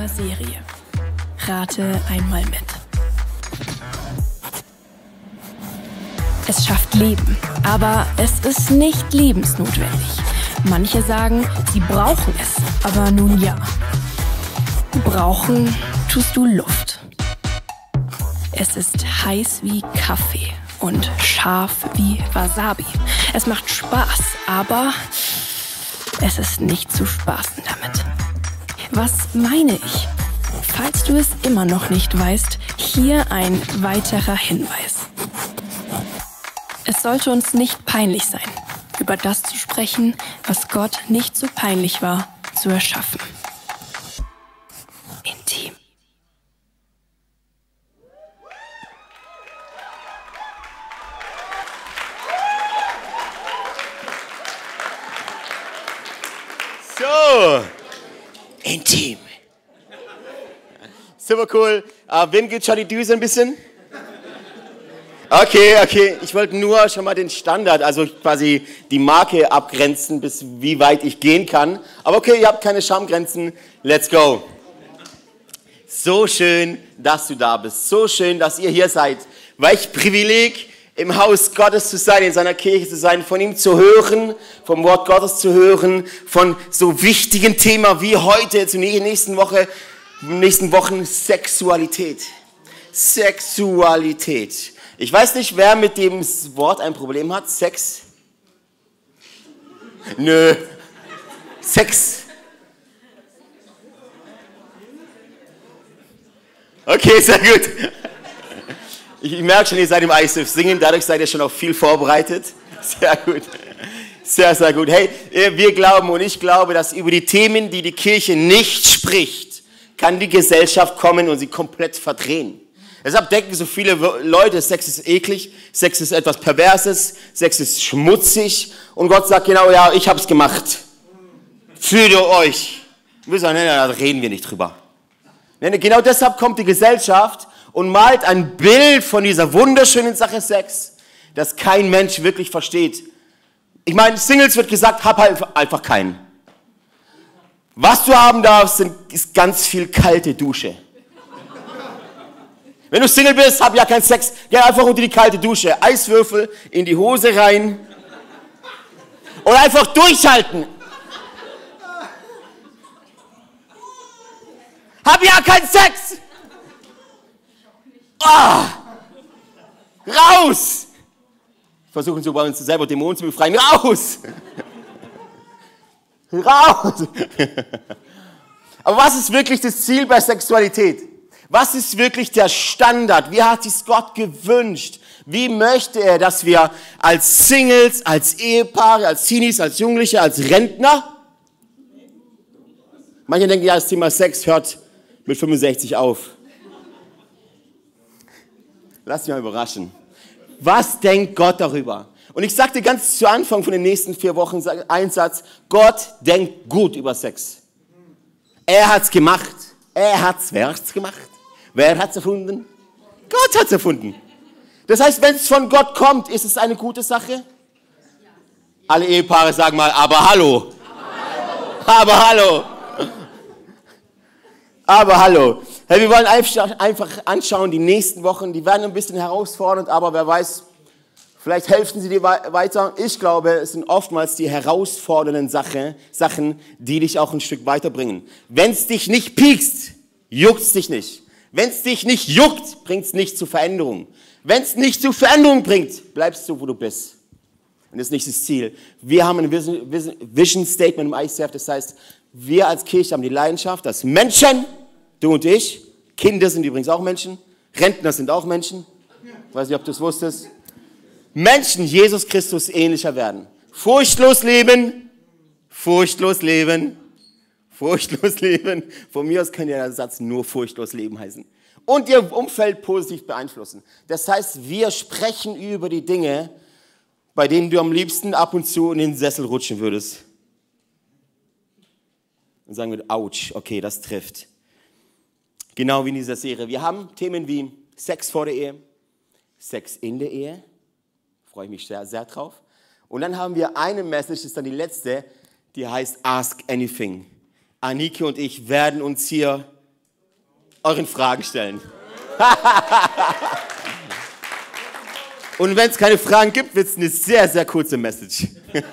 Serie. Rate einmal mit. Es schafft Leben, aber es ist nicht lebensnotwendig. Manche sagen, sie brauchen es, aber nun ja. Brauchen tust du Luft. Es ist heiß wie Kaffee und scharf wie Wasabi. Es macht Spaß, aber es ist nicht zu spaßen damit. Was meine ich? Falls du es immer noch nicht weißt, hier ein weiterer Hinweis. Es sollte uns nicht peinlich sein, über das zu sprechen, was Gott nicht so peinlich war, zu erschaffen. Intim. So, intim. Super cool. Wem geht schon die Düse ein bisschen? Okay. Ich wollte nur schon mal den Standard, also quasi die Marke abgrenzen, bis wie weit ich gehen kann. Aber okay, ihr habt keine Schamgrenzen. Let's go. So schön, dass du da bist. So schön, dass ihr hier seid. Welch Privileg, im Haus Gottes zu sein, in seiner Kirche zu sein, von ihm zu hören, vom Wort Gottes zu hören, von so wichtigen Themen wie heute, jetzt in der nächsten Wochen Sexualität. Sexualität. Ich weiß nicht, wer mit dem Wort ein Problem hat. Sex? Nö. Sex. Okay, sehr gut. Ich merke schon, ihr seid im ISF singen, dadurch seid ihr schon auf viel vorbereitet. Sehr gut. Sehr, sehr gut. Hey, wir glauben und ich glaube, dass über die Themen, die die Kirche nicht spricht, kann die Gesellschaft kommen und sie komplett verdrehen. Deshalb denken so viele Leute, Sex ist eklig, Sex ist etwas Perverses, Sex ist schmutzig. Und Gott sagt genau, ja, ich hab's gemacht. Für euch. Und wir sagen, nein, da reden wir nicht drüber. Genau deshalb kommt die Gesellschaft und malt ein Bild von dieser wunderschönen Sache Sex, das kein Mensch wirklich versteht. Ich meine, Singles wird gesagt, hab halt einfach keinen. Was du haben darfst, ist ganz viel kalte Dusche. Wenn du Single bist, hab ja keinen Sex, geh einfach unter die kalte Dusche. Eiswürfel in die Hose rein. Oder einfach durchhalten. Hab ja keinen Sex. Oh, raus! Versuchen so bei uns selber Dämonen zu befreien. Raus! Raus! Aber was ist wirklich das Ziel bei Sexualität? Was ist wirklich der Standard? Wie hat sich Gott gewünscht? Wie möchte er, dass wir als Singles, als Ehepaare, als Teenies, als Jugendliche, als Rentner? Manche denken, ja, das Thema Sex hört mit 65 auf. Lass dich mal überraschen. Was denkt Gott darüber? Und ich sagte ganz zu Anfang von den nächsten 4 Wochen einen Satz: Gott denkt gut über Sex. Er hat's gemacht. Wer hat's gemacht? Wer hat's erfunden? Gott hat's erfunden. Das heißt, wenn es von Gott kommt, ist es eine gute Sache? Alle Ehepaare sagen mal, aber hallo. Aber hallo. Aber hallo. Hey, wir wollen einfach anschauen, die nächsten Wochen, die werden ein bisschen herausfordernd, aber wer weiß, vielleicht helfen sie dir weiter. Ich glaube, es sind oftmals die herausfordernden Sachen, die dich auch ein Stück weiterbringen. Wenn es dich nicht piekst, juckt es dich nicht. Wenn es dich nicht juckt, bringt es nicht zur Veränderung. Wenn es nicht zur Veränderung bringt, bleibst du, wo du bist. Und das ist nicht das Ziel. Wir haben ein Vision Statement im ICF, das heißt, wir als Kirche haben die Leidenschaft, dass Menschen, du und ich, Kinder sind übrigens auch Menschen, Rentner sind auch Menschen, ich weiß nicht, ob du es wusstest, Menschen Jesus Christus ähnlicher werden. Furchtlos leben, furchtlos leben, furchtlos leben. Von mir aus kann ja der Satz nur furchtlos leben heißen. Und ihr Umfeld positiv beeinflussen. Das heißt, wir sprechen über die Dinge, bei denen du am liebsten ab und zu in den Sessel rutschen würdest. Und sagen wir, ouch, okay, das trifft. Genau wie in dieser Serie. Wir haben Themen wie Sex vor der Ehe, Sex in der Ehe. Freue ich mich sehr, sehr drauf. Und dann haben wir eine Message, das ist dann die letzte, die heißt Ask Anything. Anike und ich werden uns hier euren Fragen stellen. Und wenn es keine Fragen gibt, wird es eine sehr, sehr kurze Message.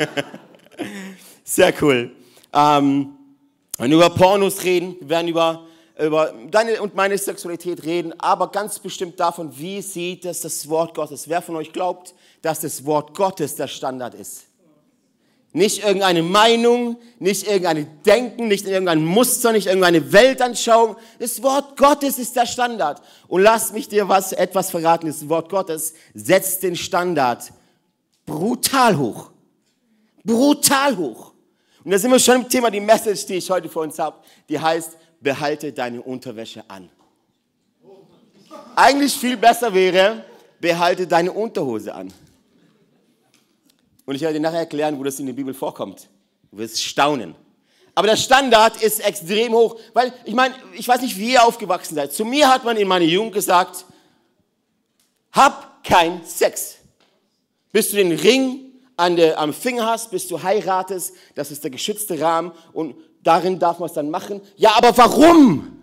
Sehr cool. Wir werden über Pornos reden, wir werden über deine und meine Sexualität reden, aber ganz bestimmt davon, wie sieht es das Wort Gottes. Wer von euch glaubt, dass das Wort Gottes der Standard ist? Nicht irgendeine Meinung, nicht irgendein Denken, nicht irgendein Muster, nicht irgendeine Weltanschauung. Das Wort Gottes ist der Standard. Und lass mich dir etwas verraten. Das Wort Gottes setzt den Standard brutal hoch. Brutal hoch. Und da sind wir schon im Thema, die Message, die ich heute für uns habe, die heißt, behalte deine Unterwäsche an. Eigentlich viel besser wäre, behalte deine Unterhose an. Und ich werde dir nachher erklären, wo das in der Bibel vorkommt. Du wirst staunen. Aber der Standard ist extrem hoch, weil ich weiß nicht, wie ihr aufgewachsen seid. Zu mir hat man in meiner Jugend gesagt, hab keinen Sex. Bis du den Ring am Finger hast, bis du heiratest, das ist der geschützte Rahmen und darin darf man es dann machen. Ja, aber warum?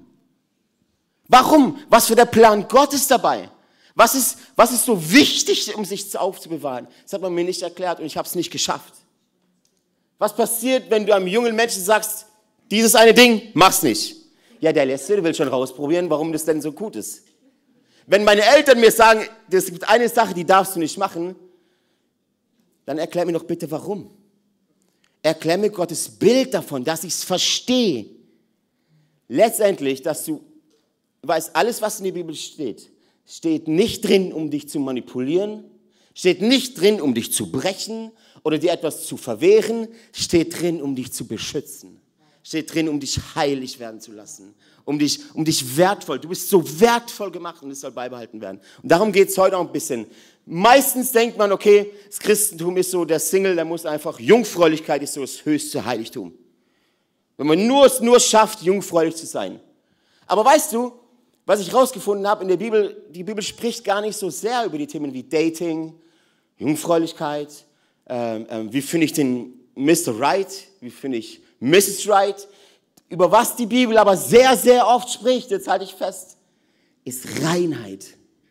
Warum? Was für der Plan Gottes dabei? Was ist so wichtig, um sich aufzubewahren? Das hat man mir nicht erklärt und ich habe es nicht geschafft. Was passiert, wenn du einem jungen Menschen sagst, dieses eine Ding, mach's nicht? Ja, der Letzte will schon rausprobieren, warum das denn so gut ist. Wenn meine Eltern mir sagen, es gibt eine Sache, die darfst du nicht machen, dann erklär mir doch bitte, warum. Erklär mir Gottes Bild davon, dass ich es verstehe. Letztendlich, dass du weißt, alles, was in der Bibel steht nicht drin, um dich zu manipulieren, steht nicht drin, um dich zu brechen oder dir etwas zu verwehren, steht drin, um dich zu beschützen. Steht drin, um dich heilig werden zu lassen, um dich wertvoll. Du bist so wertvoll gemacht und es soll beibehalten werden. Und darum geht es heute auch ein bisschen. Meistens denkt man, okay, das Christentum ist so, der Single, der muss einfach, Jungfräulichkeit ist so das höchste Heiligtum. Wenn man nur schafft, jungfräulich zu sein. Aber weißt du, was ich rausgefunden habe in der Bibel, die Bibel spricht gar nicht so sehr über die Themen wie Dating, Jungfräulichkeit, wie finde ich den Mr. Right, wie finde ich Mrs. Right. Über was die Bibel aber sehr, sehr oft spricht, jetzt halte ich fest, ist Reinheit.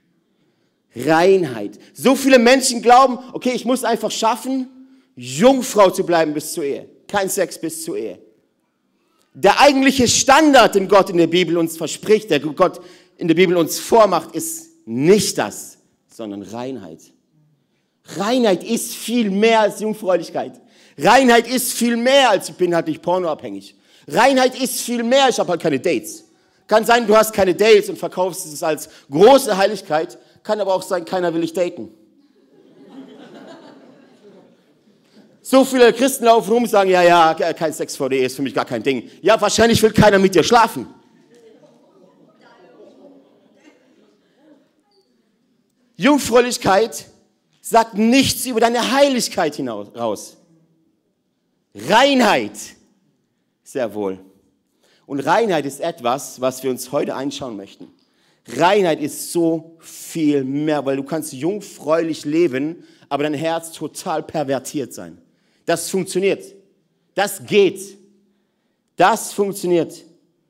Reinheit. So viele Menschen glauben, okay, ich muss einfach schaffen, Jungfrau zu bleiben bis zur Ehe. Kein Sex bis zur Ehe. Der eigentliche Standard, den Gott in der Bibel uns verspricht, der Gott in der Bibel uns vormacht, ist nicht das, sondern Reinheit. Reinheit ist viel mehr als Jungfräulichkeit. Reinheit ist viel mehr als ich bin halt nicht pornoabhängig. Reinheit ist viel mehr, ich habe halt keine Dates. Kann sein, du hast keine Dates und verkaufst es als große Heiligkeit, kann aber auch sein, keiner will dich daten. So viele Christen laufen rum und sagen, ja, kein Sex vor der Ehe ist für mich gar kein Ding. Ja, wahrscheinlich will keiner mit dir schlafen. Jungfräulichkeit sagt nichts über deine Heiligkeit hinaus. Reinheit, sehr wohl. Und Reinheit ist etwas, was wir uns heute anschauen möchten. Reinheit ist so viel mehr, weil du kannst jungfräulich leben, aber dein Herz total pervertiert sein. Das funktioniert. Das geht. Das funktioniert.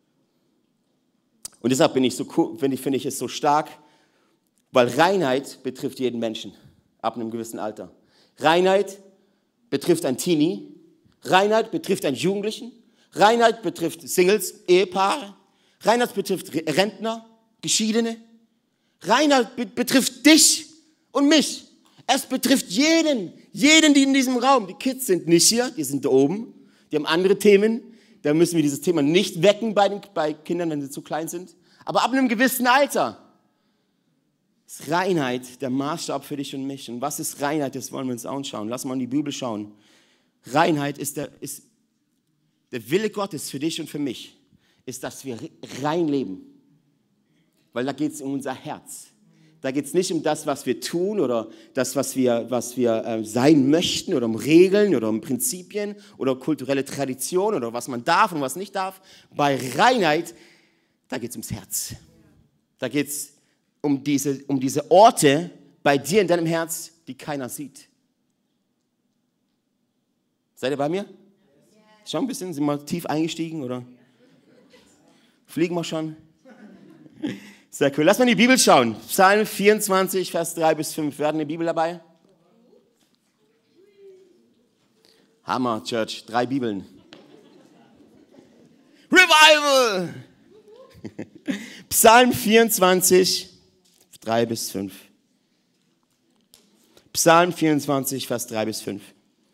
Und deshalb bin ich so cool, finde ich es so stark, weil Reinheit betrifft jeden Menschen ab einem gewissen Alter. Reinheit betrifft ein Teenie. Reinheit betrifft einen Jugendlichen. Reinheit betrifft Singles, Ehepaare. Reinheit betrifft Rentner, Geschiedene. Reinheit betrifft dich und mich. Es betrifft jeden, die in diesem Raum. Die Kids sind nicht hier, die sind da oben. Die haben andere Themen. Da müssen wir dieses Thema nicht wecken bei Kindern, wenn sie zu klein sind. Aber ab einem gewissen Alter ist Reinheit der Maßstab für dich und mich. Und was ist Reinheit? Das wollen wir uns anschauen. Lass mal in die Bibel schauen. Reinheit ist der Wille Gottes für dich und für mich, ist, dass wir rein leben. Weil da geht es um unser Herz. Da geht es nicht um das, was wir tun oder das, was wir sein möchten oder um Regeln oder um Prinzipien oder kulturelle Tradition oder was man darf und was nicht darf. Bei Reinheit, da geht es ums Herz. Da geht es um diese Orte bei dir in deinem Herz, die keiner sieht. Seid ihr bei mir? Schon ein bisschen? Sind wir tief eingestiegen oder fliegen wir schon? Sehr cool. Lass mal in die Bibel schauen. Psalm 24, Vers 3 bis 5. Wer hat eine Bibel dabei? Hammer, Church. 3 Bibeln. Revival! Psalm 24, 3 bis 5. Psalm 24, Vers 3 bis 5.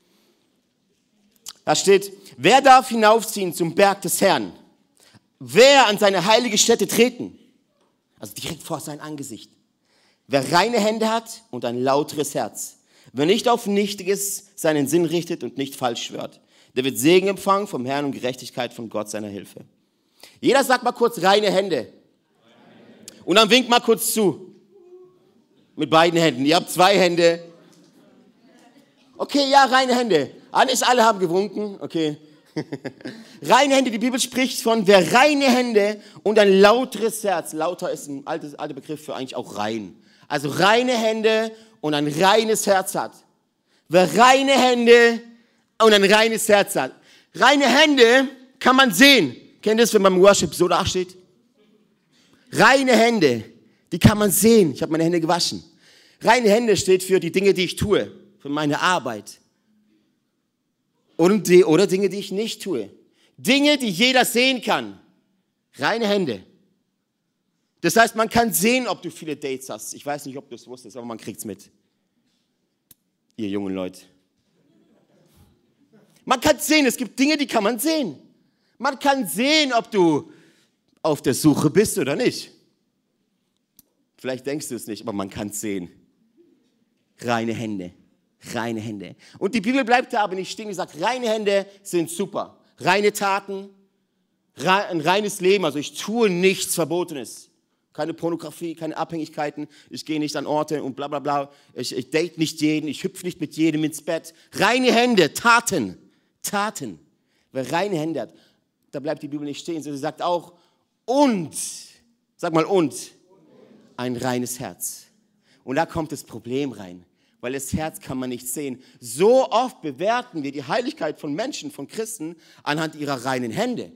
Da steht, wer darf hinaufziehen zum Berg des Herrn? Wer an seine heilige Stätte treten? Also direkt vor sein Angesicht. Wer reine Hände hat und ein lauteres Herz. Wer nicht auf Nichtiges seinen Sinn richtet und nicht falsch schwört. Der wird Segen empfangen vom Herrn und Gerechtigkeit von Gott seiner Hilfe. Jeder sagt mal kurz reine Hände. Und dann winkt mal kurz zu. Mit beiden Händen. Ihr habt 2 Hände. Okay, ja, reine Hände. Nicht alle haben gewunken. Okay. Reine Hände, die Bibel spricht von, wer reine Hände und ein lauteres Herz. Lauter ist ein alter Begriff für eigentlich auch rein. Also reine Hände und ein reines Herz hat. Wer reine Hände und ein reines Herz hat. Reine Hände kann man sehen. Kennt ihr das, wenn man im Worship so da steht? Reine Hände, die kann man sehen. Ich habe meine Hände gewaschen. Reine Hände steht für die Dinge, die ich tue, für meine Arbeit. Oder Dinge, die ich nicht tue. Dinge, die jeder sehen kann. Reine Hände. Das heißt, man kann sehen, ob du viele Dates hast. Ich weiß nicht, ob du es wusstest, aber man kriegt es mit. Ihr jungen Leute. Man kann sehen, es gibt Dinge, die kann man sehen. Man kann sehen, ob du auf der Suche bist oder nicht. Vielleicht denkst du es nicht, aber man kann es sehen. Reine Hände. Reine Hände. Und die Bibel bleibt da aber nicht stehen. Sie sagt, reine Hände sind super. Reine Taten, ein reines Leben. Also ich tue nichts Verbotenes. Keine Pornografie, keine Abhängigkeiten. Ich gehe nicht an Orte und bla bla bla. Ich date nicht jeden. Ich hüpfe nicht mit jedem ins Bett. Reine Hände, Taten. Taten. Wer reine Hände hat, da bleibt die Bibel nicht stehen. Sie sagt auch, und, sag mal und, ein reines Herz. Und da kommt das Problem rein. Weil das Herz kann man nicht sehen. So oft bewerten wir die Heiligkeit von Menschen, von Christen, anhand ihrer reinen Hände.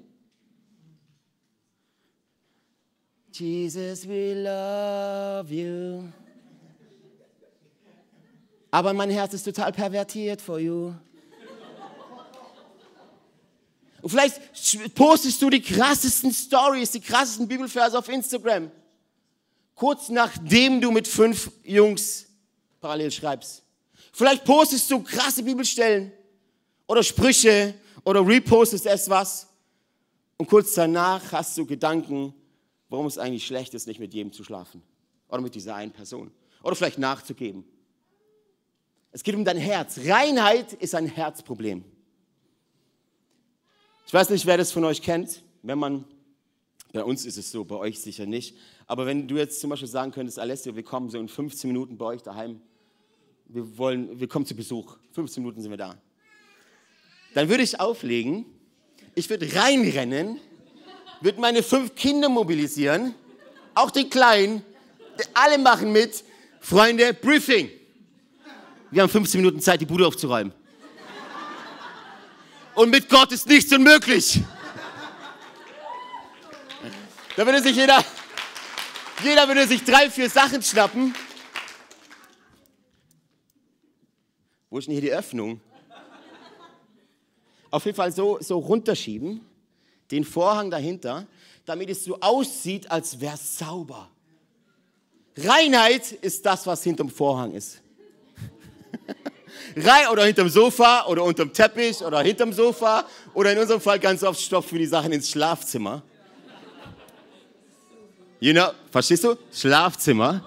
Jesus, we love you. Aber mein Herz ist total pervertiert for you. Und vielleicht postest du die krassesten Stories, die krassesten Bibelverse auf Instagram. Kurz nachdem du mit 5 Jungs parallel schreibst. Vielleicht postest du krasse Bibelstellen oder Sprüche oder repostest etwas und kurz danach hast du Gedanken, warum es eigentlich schlecht ist, nicht mit jedem zu schlafen oder mit dieser einen Person oder vielleicht nachzugeben. Es geht um dein Herz. Reinheit ist ein Herzproblem. Ich weiß nicht, wer das von euch kennt, bei uns ist es so, bei euch sicher nicht, aber wenn du jetzt zum Beispiel sagen könntest, Alessio, wir kommen so in 15 Minuten bei euch daheim, wir kommen zu Besuch, 15 Minuten sind wir da. Dann würde ich auflegen, ich würde reinrennen, würde meine 5 Kinder mobilisieren, auch den Kleinen, alle machen mit, Freunde, Briefing. Wir haben 15 Minuten Zeit, die Bude aufzuräumen. Und mit Gott ist nichts unmöglich. Da würde sich jeder würde sich 3, 4 Sachen schnappen. Wo ist denn hier die Öffnung? Auf jeden Fall so runterschieben, den Vorhang dahinter, damit es so aussieht, als wäre es sauber. Reinheit ist das, was hinterm Vorhang ist. Oder hinterm Sofa oder unterm Teppich oder hinterm Sofa oder in unserem Fall ganz oft stopfen wir die Sachen ins Schlafzimmer. Verstehst du? Schlafzimmer.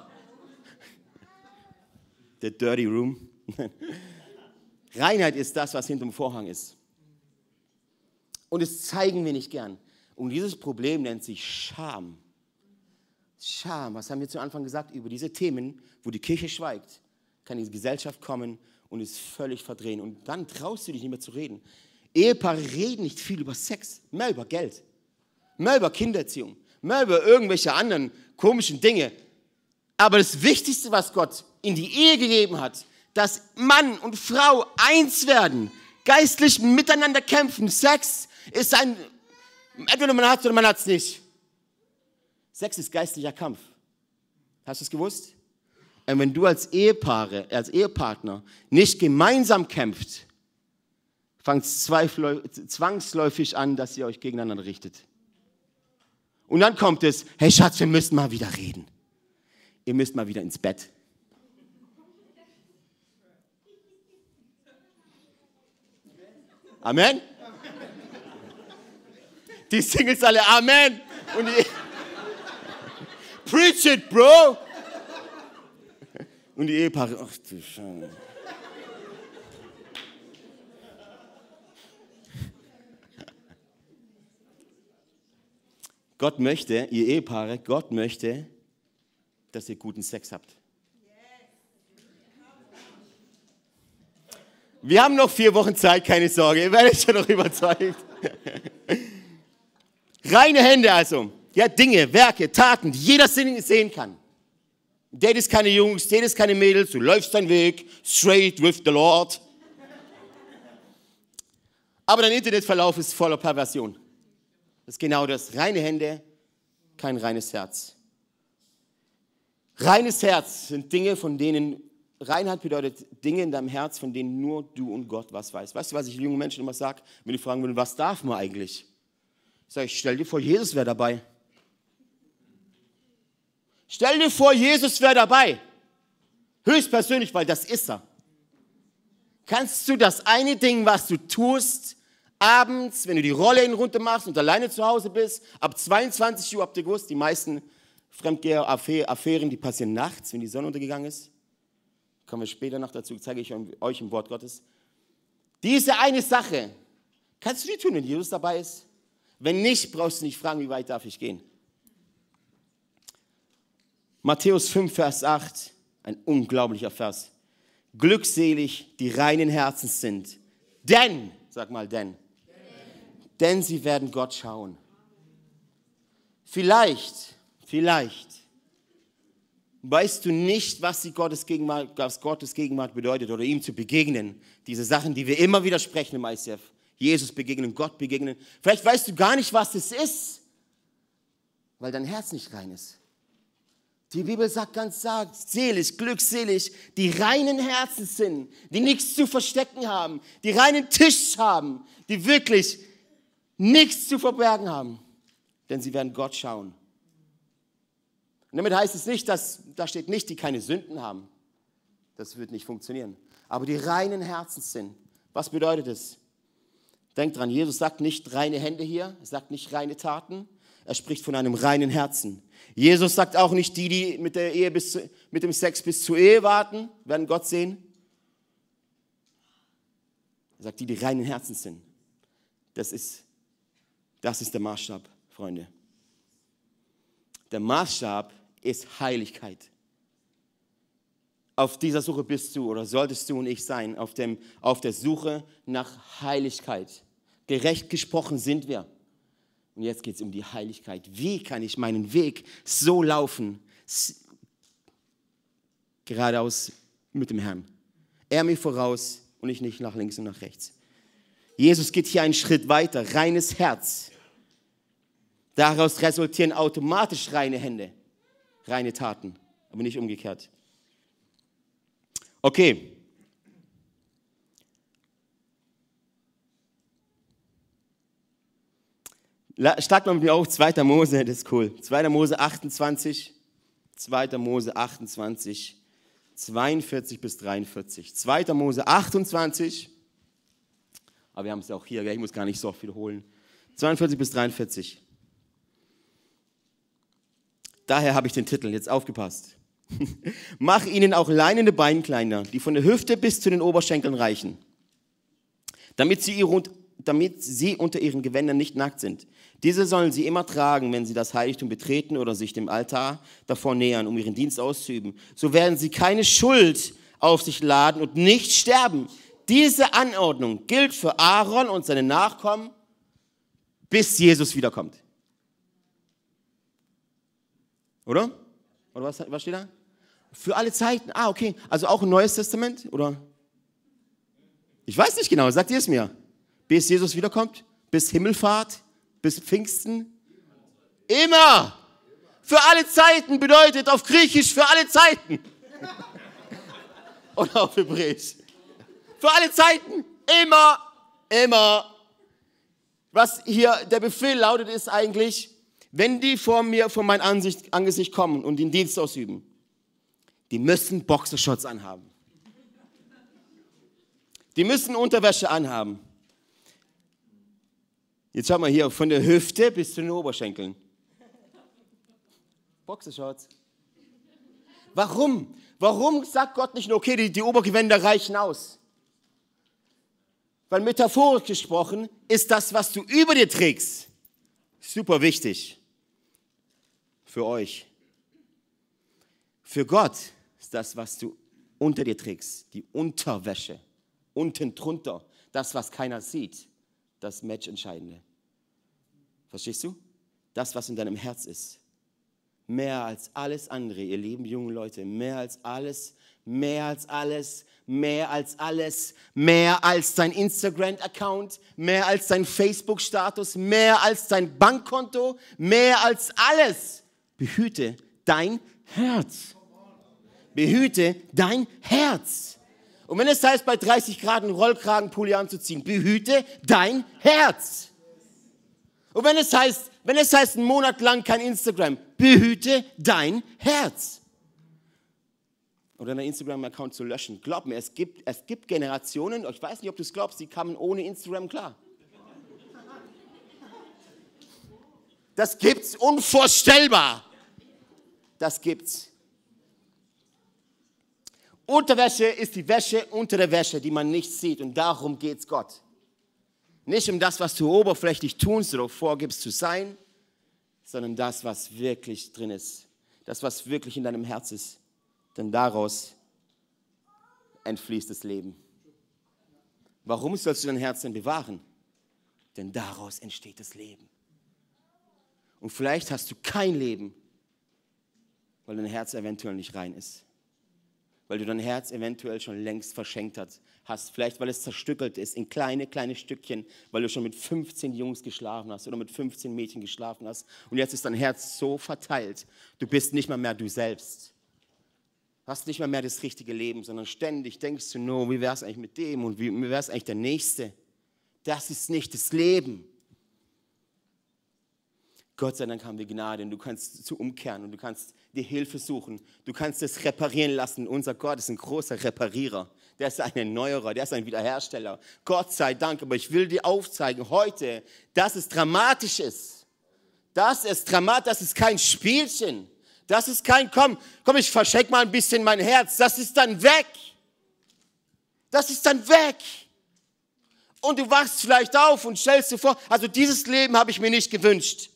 Der Dirty Room. Reinheit ist das, was hinterm Vorhang ist. Und das zeigen wir nicht gern. Und dieses Problem nennt sich Scham. Scham, was haben wir zu Anfang gesagt? Über diese Themen, wo die Kirche schweigt, kann die Gesellschaft kommen und es völlig verdrehen. Und dann traust du dich nicht mehr zu reden. Ehepaare reden nicht viel über Sex, mehr über Geld, mehr über Kindererziehung, mehr über irgendwelche anderen komischen Dinge. Aber das Wichtigste, was Gott in die Ehe gegeben hat, dass Mann und Frau eins werden, geistlich miteinander kämpfen. Sex ist entweder man hat es oder man hat es nicht. Sex ist geistlicher Kampf. Hast du es gewusst? Und wenn du als Ehepartner nicht gemeinsam kämpft, fangt es zwangsläufig an, dass ihr euch gegeneinander richtet. Und dann kommt es, hey Schatz, wir müssen mal wieder reden. Ihr müsst mal wieder ins Bett. Amen? Die Singles alle, Amen. Und die Preach it, Bro. Und die Ehepaare, ach du Scheiße. Gott möchte, ihr Ehepaare, Gott möchte, dass ihr guten Sex habt. Wir haben noch 4 Wochen Zeit, keine Sorge, ihr werdet schon noch überzeugt. Reine Hände also, ja, Dinge, Werke, Taten, die jeder sehen kann. Date ist keine Jungs, date ist keine Mädels, du läufst deinen Weg, straight with the Lord. Aber dein Internetverlauf ist voller Perversion. Das ist genau das. Reine Hände, kein reines Herz. Reines Herz sind Dinge, von denen, Reinheit bedeutet Dinge in deinem Herz, von denen nur du und Gott was weißt. Weißt du, was ich jungen Menschen immer sage, wenn die fragen würden, was darf man eigentlich? Sag ich, stell dir vor, Jesus wäre dabei. Stell dir vor, Jesus wäre dabei. Höchstpersönlich, weil das ist er. Kannst du das eine Ding, was du tust, abends, wenn du die Rolle runter machst und alleine zu Hause bist, ab 22 Uhr, habt ihr gewusst, die meisten Fremdgeher-Affären, die passieren nachts, wenn die Sonne untergegangen ist. Kommen wir später noch dazu, zeige ich euch im Wort Gottes. Diese eine Sache, kannst du die tun, wenn Jesus dabei ist? Wenn nicht, brauchst du nicht fragen, wie weit darf ich gehen. Matthäus 5, Vers 8, ein unglaublicher Vers. Glückselig, die reinen Herzens sind, denn, sag mal denn sie werden Gott schauen. Vielleicht weißt du nicht, was Gottes Gegenwart bedeutet oder ihm zu begegnen. Diese Sachen, die wir immer wieder sprechen im ICF. Jesus begegnen, Gott begegnen. Vielleicht weißt du gar nicht, was es ist, weil dein Herz nicht rein ist. Die Bibel sagt ganz selig, glückselig, die reinen Herzen sind, die nichts zu verstecken haben, die reinen Tisch haben, die wirklich nichts zu verbergen haben, denn sie werden Gott schauen. Und damit heißt es nicht, da steht nicht, die keine Sünden haben. Das wird nicht funktionieren. Aber die reinen Herzen sind. Was bedeutet es? Denkt dran, Jesus sagt nicht reine Hände hier, er sagt nicht reine Taten, er spricht von einem reinen Herzen. Jesus sagt auch nicht, die mit dem Sex bis zur Ehe warten, werden Gott sehen. Er sagt, die reinen Herzen sind. Das ist der Maßstab, Freunde. Der Maßstab ist Heiligkeit. Auf dieser Suche bist du oder solltest du und ich sein, auf der Suche nach Heiligkeit. Gerecht gesprochen sind wir. Und jetzt geht es um die Heiligkeit. Wie kann ich meinen Weg so laufen, geradeaus mit dem Herrn? Er mir voraus und ich nicht nach links und nach rechts. Jesus geht hier einen Schritt weiter. Reines Herz. Daraus resultieren automatisch reine Hände, reine Taten, aber nicht umgekehrt. Okay. Schlag mal mit mir auf, 2. Mose, das ist cool. 2. Mose 28, 42 bis 43. 2. Mose 28, aber wir haben es ja auch hier, ich muss gar nicht so oft wiederholen. 42 bis 43. Daher habe ich den Titel, jetzt aufgepasst. Mach ihnen auch leinene Beinkleider, die von der Hüfte bis zu den Oberschenkeln reichen, damit sie unter ihren Gewändern nicht nackt sind. Diese sollen sie immer tragen, wenn sie das Heiligtum betreten oder sich dem Altar davor nähern, um ihren Dienst auszuüben. So werden sie keine Schuld auf sich laden und nicht sterben. Diese Anordnung gilt für Aaron und seine Nachkommen, bis Jesus wiederkommt. Oder? Oder was steht da? Für alle Zeiten. Ah, okay. Also auch ein Neues Testament? Oder? Ich weiß nicht genau. Sagt ihr es mir? Bis Jesus wiederkommt? Bis Himmelfahrt? Bis Pfingsten? Immer! Für alle Zeiten bedeutet auf Griechisch für alle Zeiten. Oder auf Hebräisch. Für alle Zeiten. Immer, immer. Was hier der Befehl lautet, ist eigentlich, wenn die vor mein Angesicht kommen und den Dienst ausüben, die müssen Boxershorts anhaben. Die müssen Unterwäsche anhaben. Jetzt schau mal hier, von der Hüfte bis zu den Oberschenkeln. Boxershorts. Warum? Warum sagt Gott nicht nur, okay, die Obergewänder reichen aus? Weil metaphorisch gesprochen ist das, was du über dir trägst, super wichtig für euch. Für Gott ist das, was du unter dir trägst, die Unterwäsche, unten drunter, das, was keiner sieht, das Matchentscheidende. Verstehst du? Das, was in deinem Herz ist. Mehr als alles andere, ihr lieben jungen Leute, mehr als alles, mehr als alles, mehr als alles, mehr als dein Instagram-Account, mehr als dein Facebook-Status, mehr als dein Bankkonto, mehr als alles. Behüte dein Herz. Behüte dein Herz. Und wenn es heißt, bei 30 Grad einen Rollkragenpulli anzuziehen, behüte dein Herz. Und wenn es heißt, einen Monat lang kein Instagram, behüte dein Herz. Oder deinen Instagram-Account zu löschen. Glaub mir, es gibt Generationen, ich weiß nicht, ob du es glaubst, die kamen ohne Instagram klar. Das gibt's unvorstellbar. Das gibt's. Unterwäsche ist die Wäsche unter der Wäsche, die man nicht sieht. Und darum geht's Gott. Nicht um das, was du oberflächlich tust oder vorgibst zu sein, sondern das, was wirklich drin ist. Das, was wirklich in deinem Herz ist. Denn daraus entfließt das Leben. Warum sollst du dein Herz denn bewahren? Denn daraus entsteht das Leben. Und vielleicht hast du kein Leben, weil dein Herz eventuell nicht rein ist. Weil du dein Herz eventuell schon längst verschenkt hast. Vielleicht, weil es zerstückelt ist in kleine Stückchen, weil du schon mit 15 Jungs geschlafen hast oder mit 15 Mädchen geschlafen hast. Und jetzt ist dein Herz so verteilt, du bist nicht mehr du selbst. Du hast nicht mehr das richtige Leben, sondern ständig denkst du, no, wie wäre es eigentlich mit dem und wie wäre es eigentlich der Nächste? Das ist nicht das Leben. Gott sei Dank haben wir Gnade und du kannst zu umkehren und du kannst dir Hilfe suchen. Du kannst es reparieren lassen. Unser Gott ist ein großer Reparierer. Der ist ein Erneuerer, der ist ein Wiederhersteller. Gott sei Dank, aber ich will dir aufzeigen heute, dass es dramatisch ist. Das ist dramatisch, das ist kein Spielchen. Das ist kein, komm, ich verschenke mal ein bisschen mein Herz. Das ist dann weg. Das ist dann weg. Und du wachst vielleicht auf und stellst dir vor, also dieses Leben habe ich mir nicht gewünscht.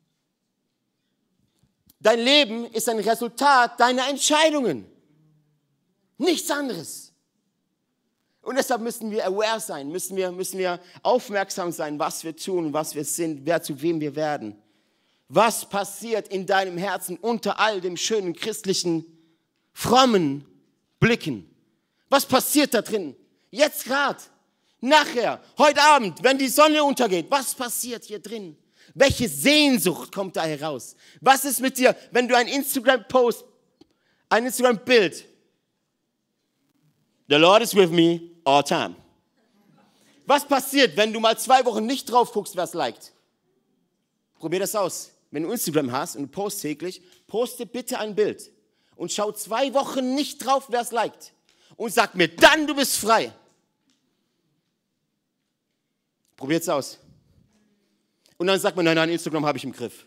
Dein Leben ist ein Resultat deiner Entscheidungen. Nichts anderes. Und deshalb müssen wir aware sein, müssen wir aufmerksam sein, was wir tun, was wir sind, wer zu wem wir werden. Was passiert in deinem Herzen unter all dem schönen, christlichen, frommen Blicken? Was passiert da drin? Jetzt gerade, nachher, heute Abend, wenn die Sonne untergeht, was passiert hier drin? Welche Sehnsucht kommt da heraus? Was ist mit dir, wenn du ein Instagram-Post, ein Instagram-Bild, the Lord is with me all time. Was passiert, wenn du mal 2 Wochen nicht drauf guckst, wer es liked? Probier das aus. Wenn du Instagram hast und du postest täglich, poste bitte ein Bild und schau 2 Wochen nicht drauf, wer es liked. Und sag mir dann, du bist frei. Probier es aus. Und dann sagt man, nein, Instagram habe ich im Griff.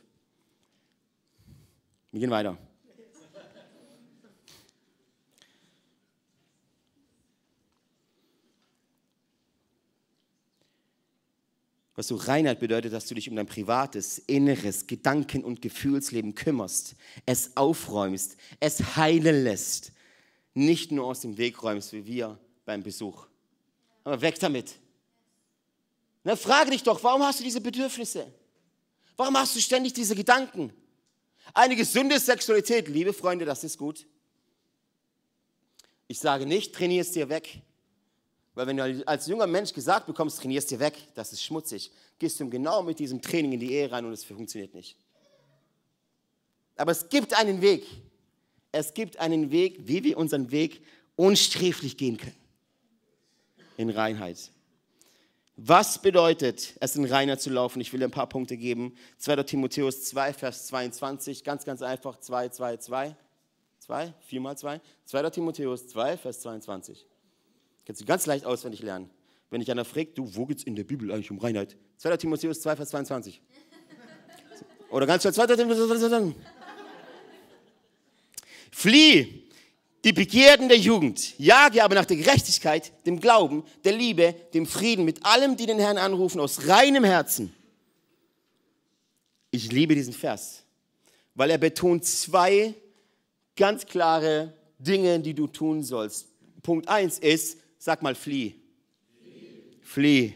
Wir gehen weiter. Was so Reinheit bedeutet, dass du dich um dein privates, inneres Gedanken- und Gefühlsleben kümmerst, es aufräumst, es heilen lässt, nicht nur aus dem Weg räumst, wie wir beim Besuch. Aber weg damit. Na, frage dich doch, warum hast du diese Bedürfnisse? Warum hast du ständig diese Gedanken? Eine gesunde Sexualität, liebe Freunde, das ist gut. Ich sage nicht, trainier es dir weg. Weil wenn du als junger Mensch gesagt bekommst, trainierst dir weg, das ist schmutzig, gehst du genau mit diesem Training in die Ehe rein und es funktioniert nicht. Aber es gibt einen Weg. Es gibt einen Weg, wie wir unseren Weg unsträflich gehen können. In Reinheit. Was bedeutet es, in Reinheit zu laufen? Ich will dir ein paar Punkte geben. 2. Timotheus 2, Vers 22. Ganz, ganz einfach. 2, 2, 2. 2, 4 mal 2. 2. Timotheus 2, Vers 22. Kannst du ganz leicht auswendig lernen. Wenn dich einer fragt, du, wo geht es in der Bibel eigentlich um Reinheit? 2. Timotheus 2, Vers 22. Oder ganz schnell 2. Timotheus. Flieh die Begierden der Jugend, jage aber nach der Gerechtigkeit, dem Glauben, der Liebe, dem Frieden mit allem, die den Herrn anrufen, aus reinem Herzen. Ich liebe diesen Vers, weil er betont 2 ganz klare Dinge, die du tun sollst. Punkt 1 ist, sag mal, flieh. Flieh.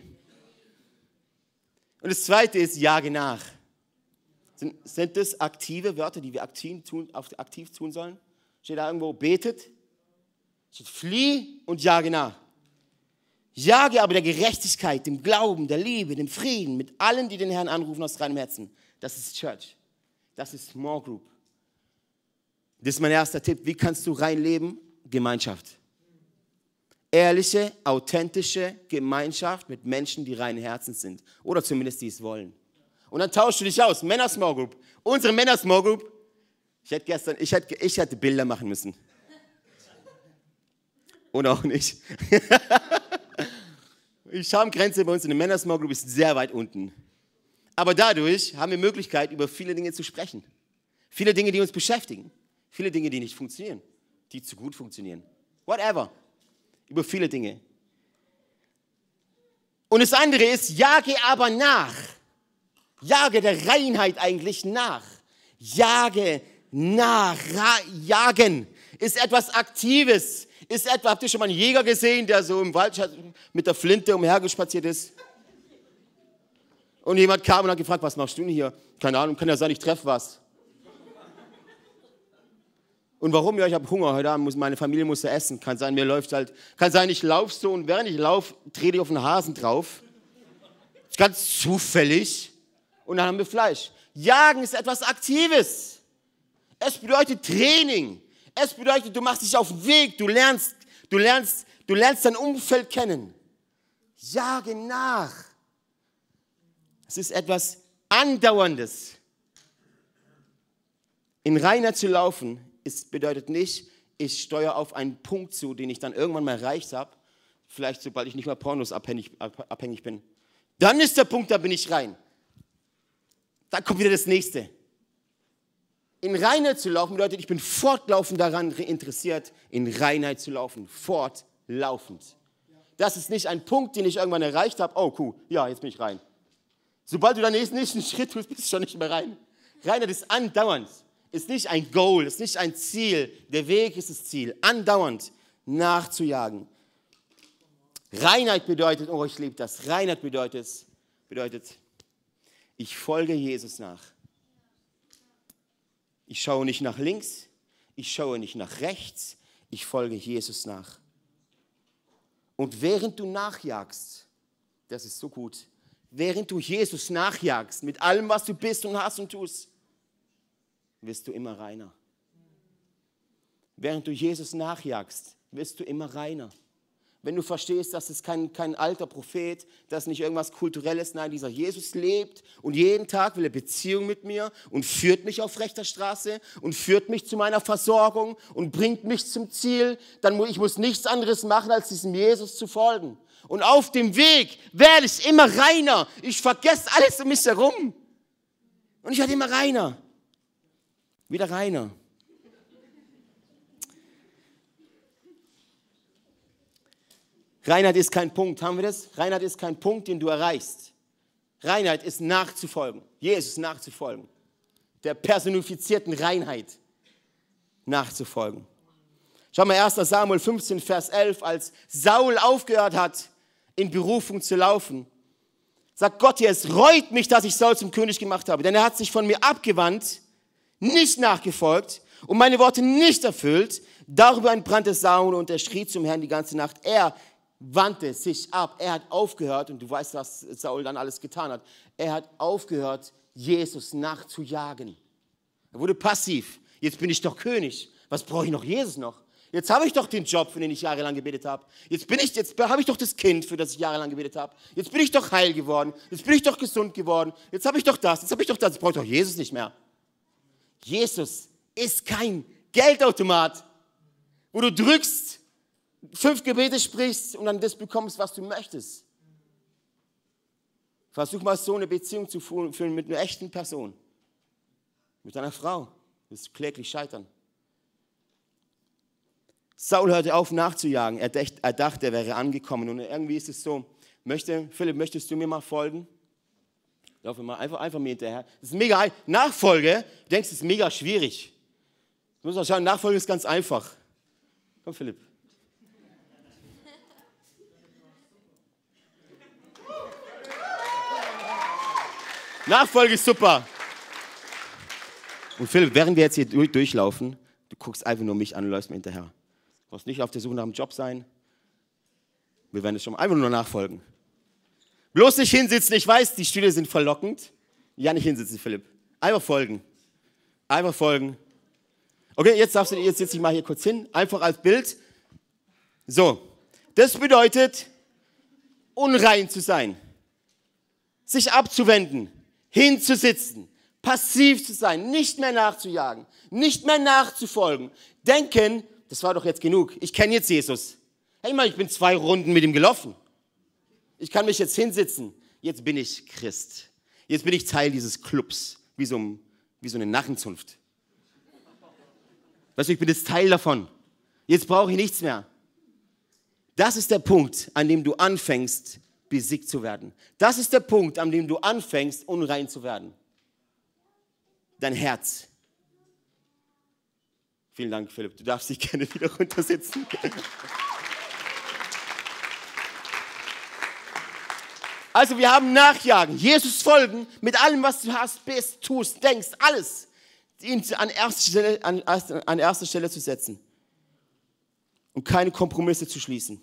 Und das Zweite ist, jage nach. Sind das aktive Wörter, die wir aktiv tun sollen? Steht da irgendwo, betet? Steht, flieh und jage nach. Jage aber der Gerechtigkeit, dem Glauben, der Liebe, dem Frieden mit allen, die den Herrn anrufen aus reinem Herzen. Das ist Church. Das ist Small Group. Das ist mein erster Tipp. Wie kannst du rein leben? Gemeinschaft. Ehrliche, authentische Gemeinschaft mit Menschen, die reinen Herzens sind. Oder zumindest die es wollen. Und dann tauschst du dich aus. Männer Small Group. Unsere Männer Small Group. Ich hätte Bilder machen müssen. Oder auch nicht. Die Schamgrenze bei uns in der Männer Small Group ist sehr weit unten. Aber dadurch haben wir Möglichkeit, über viele Dinge zu sprechen. Viele Dinge, die uns beschäftigen. Viele Dinge, die nicht funktionieren. Die zu gut funktionieren. Whatever. Über viele Dinge. Und das andere ist, jage aber nach. Jage der Reinheit eigentlich nach. Jage nach. Jagen ist etwas Aktives. Habt ihr schon mal einen Jäger gesehen, der so im Wald mit der Flinte umhergespaziert ist? Und jemand kam und hat gefragt, was machst du denn hier? Keine Ahnung, kann ja sein, ich treffe was. Und warum? Ja, ich habe Hunger. Heute Abend meine Familie muss ja essen. Kann sein, ich laufe so und während ich laufe, trete ich auf einen Hasen drauf. Ganz zufällig. Und dann haben wir Fleisch. Jagen ist etwas Aktives. Es bedeutet Training. Es bedeutet, du machst dich auf den Weg. Du lernst dein Umfeld kennen. Jage nach. Es ist etwas Andauerndes. In Reinheit zu laufen, bedeutet nicht, ich steuere auf einen Punkt zu, den ich dann irgendwann mal erreicht habe, vielleicht sobald ich nicht mehr Pornos abhängig bin. Dann ist der Punkt, da bin ich rein. Dann kommt wieder das Nächste. In Reinheit zu laufen bedeutet, ich bin fortlaufend daran interessiert, in Reinheit zu laufen. Fortlaufend. Das ist nicht ein Punkt, den ich irgendwann erreicht habe. Oh, cool, ja, jetzt bin ich rein. Sobald du den nächsten Schritt tust, bist du schon nicht mehr rein. Reinheit ist andauernd. Ist nicht ein Goal, ist nicht ein Ziel. Der Weg ist das Ziel. Andauernd nachzujagen. Reinheit bedeutet, oh, ich liebe das. Reinheit bedeutet, ich folge Jesus nach. Ich schaue nicht nach links, ich schaue nicht nach rechts, ich folge Jesus nach. Und während du nachjagst, das ist so gut, während du Jesus nachjagst, mit allem, was du bist und hast und tust, wirst du immer reiner. Während du Jesus nachjagst, wirst du immer reiner. Wenn du verstehst, dass es kein alter Prophet, dass nicht irgendwas Kulturelles, nein, dieser Jesus lebt und jeden Tag will er Beziehung mit mir und führt mich auf rechter Straße und führt mich zu meiner Versorgung und bringt mich zum Ziel, dann ich muss nichts anderes machen, als diesem Jesus zu folgen. Und auf dem Weg werde ich immer reiner. Ich vergesse alles um mich herum. Und ich werde immer reiner. Wieder reiner. Reinheit ist kein Punkt, haben wir das? Reinheit ist kein Punkt, den du erreichst. Reinheit ist nachzufolgen, Jesus nachzufolgen, der personifizierten Reinheit nachzufolgen. Schau mal, 1. Samuel 15, Vers 11, als Saul aufgehört hat, in Berufung zu laufen, sagt Gott hier, es reut mich, dass ich Saul zum König gemacht habe, denn er hat sich von mir abgewandt, nicht nachgefolgt und meine Worte nicht erfüllt. Darüber entbrannte Saul und er schrie zum Herrn die ganze Nacht. Er wandte sich ab, er hat aufgehört, und du weißt, was Saul dann alles getan hat, er hat aufgehört, Jesus nachzujagen. Er wurde passiv. Jetzt bin ich doch König. Was brauche ich noch? Jesus noch. Jetzt habe ich doch den Job, für den ich jahrelang gebetet habe. Jetzt habe ich doch das Kind, für das ich jahrelang gebetet habe. Jetzt bin ich doch heil geworden. Jetzt bin ich doch gesund geworden. Jetzt habe ich doch das. Jetzt habe ich doch das. Jetzt brauche ich doch Jesus nicht mehr. Jesus ist kein Geldautomat, wo du drückst, 5 Gebete sprichst und dann das bekommst, was du möchtest. Versuch mal so eine Beziehung zu führen mit einer echten Person. Mit einer Frau. Du wirst kläglich scheitern. Saul hörte auf nachzujagen. Er dachte, er wäre angekommen. Und irgendwie ist es so, Philipp, möchtest du mir mal folgen? Lauf mal einfach mir hinterher. Das ist mega Nachfolge, du denkst, das ist mega schwierig. Du musst mal schauen, Nachfolge ist ganz einfach. Komm, Philipp. Nachfolge ist super. Und Philipp, während wir jetzt hier durchlaufen, du guckst einfach nur mich an und läufst mir hinterher. Du brauchst nicht auf der Suche nach einem Job sein. Wir werden es schon einfach nur nachfolgen. Bloß nicht hinsitzen, ich weiß, die Stühle sind verlockend. Ja, nicht hinsitzen, Philipp. Einfach folgen. Einfach folgen. Okay, jetzt setz dich mal hier kurz hin, einfach als Bild. So, das bedeutet, unrein zu sein. Sich abzuwenden, hinzusitzen, passiv zu sein, nicht mehr nachzujagen, nicht mehr nachzufolgen. Denken, das war doch jetzt genug, ich kenne jetzt Jesus. Hey Mann, ich bin 2 Runden mit ihm gelaufen. Ich kann mich jetzt hinsitzen. Jetzt bin ich Christ. Jetzt bin ich Teil dieses Clubs, wie so eine Narrenzunft. Weißt du, ich bin jetzt Teil davon. Jetzt brauche ich nichts mehr. Das ist der Punkt, an dem du anfängst, besiegt zu werden. Das ist der Punkt, an dem du anfängst, unrein zu werden. Dein Herz. Vielen Dank, Philipp. Du darfst dich gerne wieder runtersetzen. Also wir haben Nachjagen, Jesus folgen, mit allem, was du hast, bist, tust, denkst, alles, ihn an erster Stelle zu setzen und keine Kompromisse zu schließen.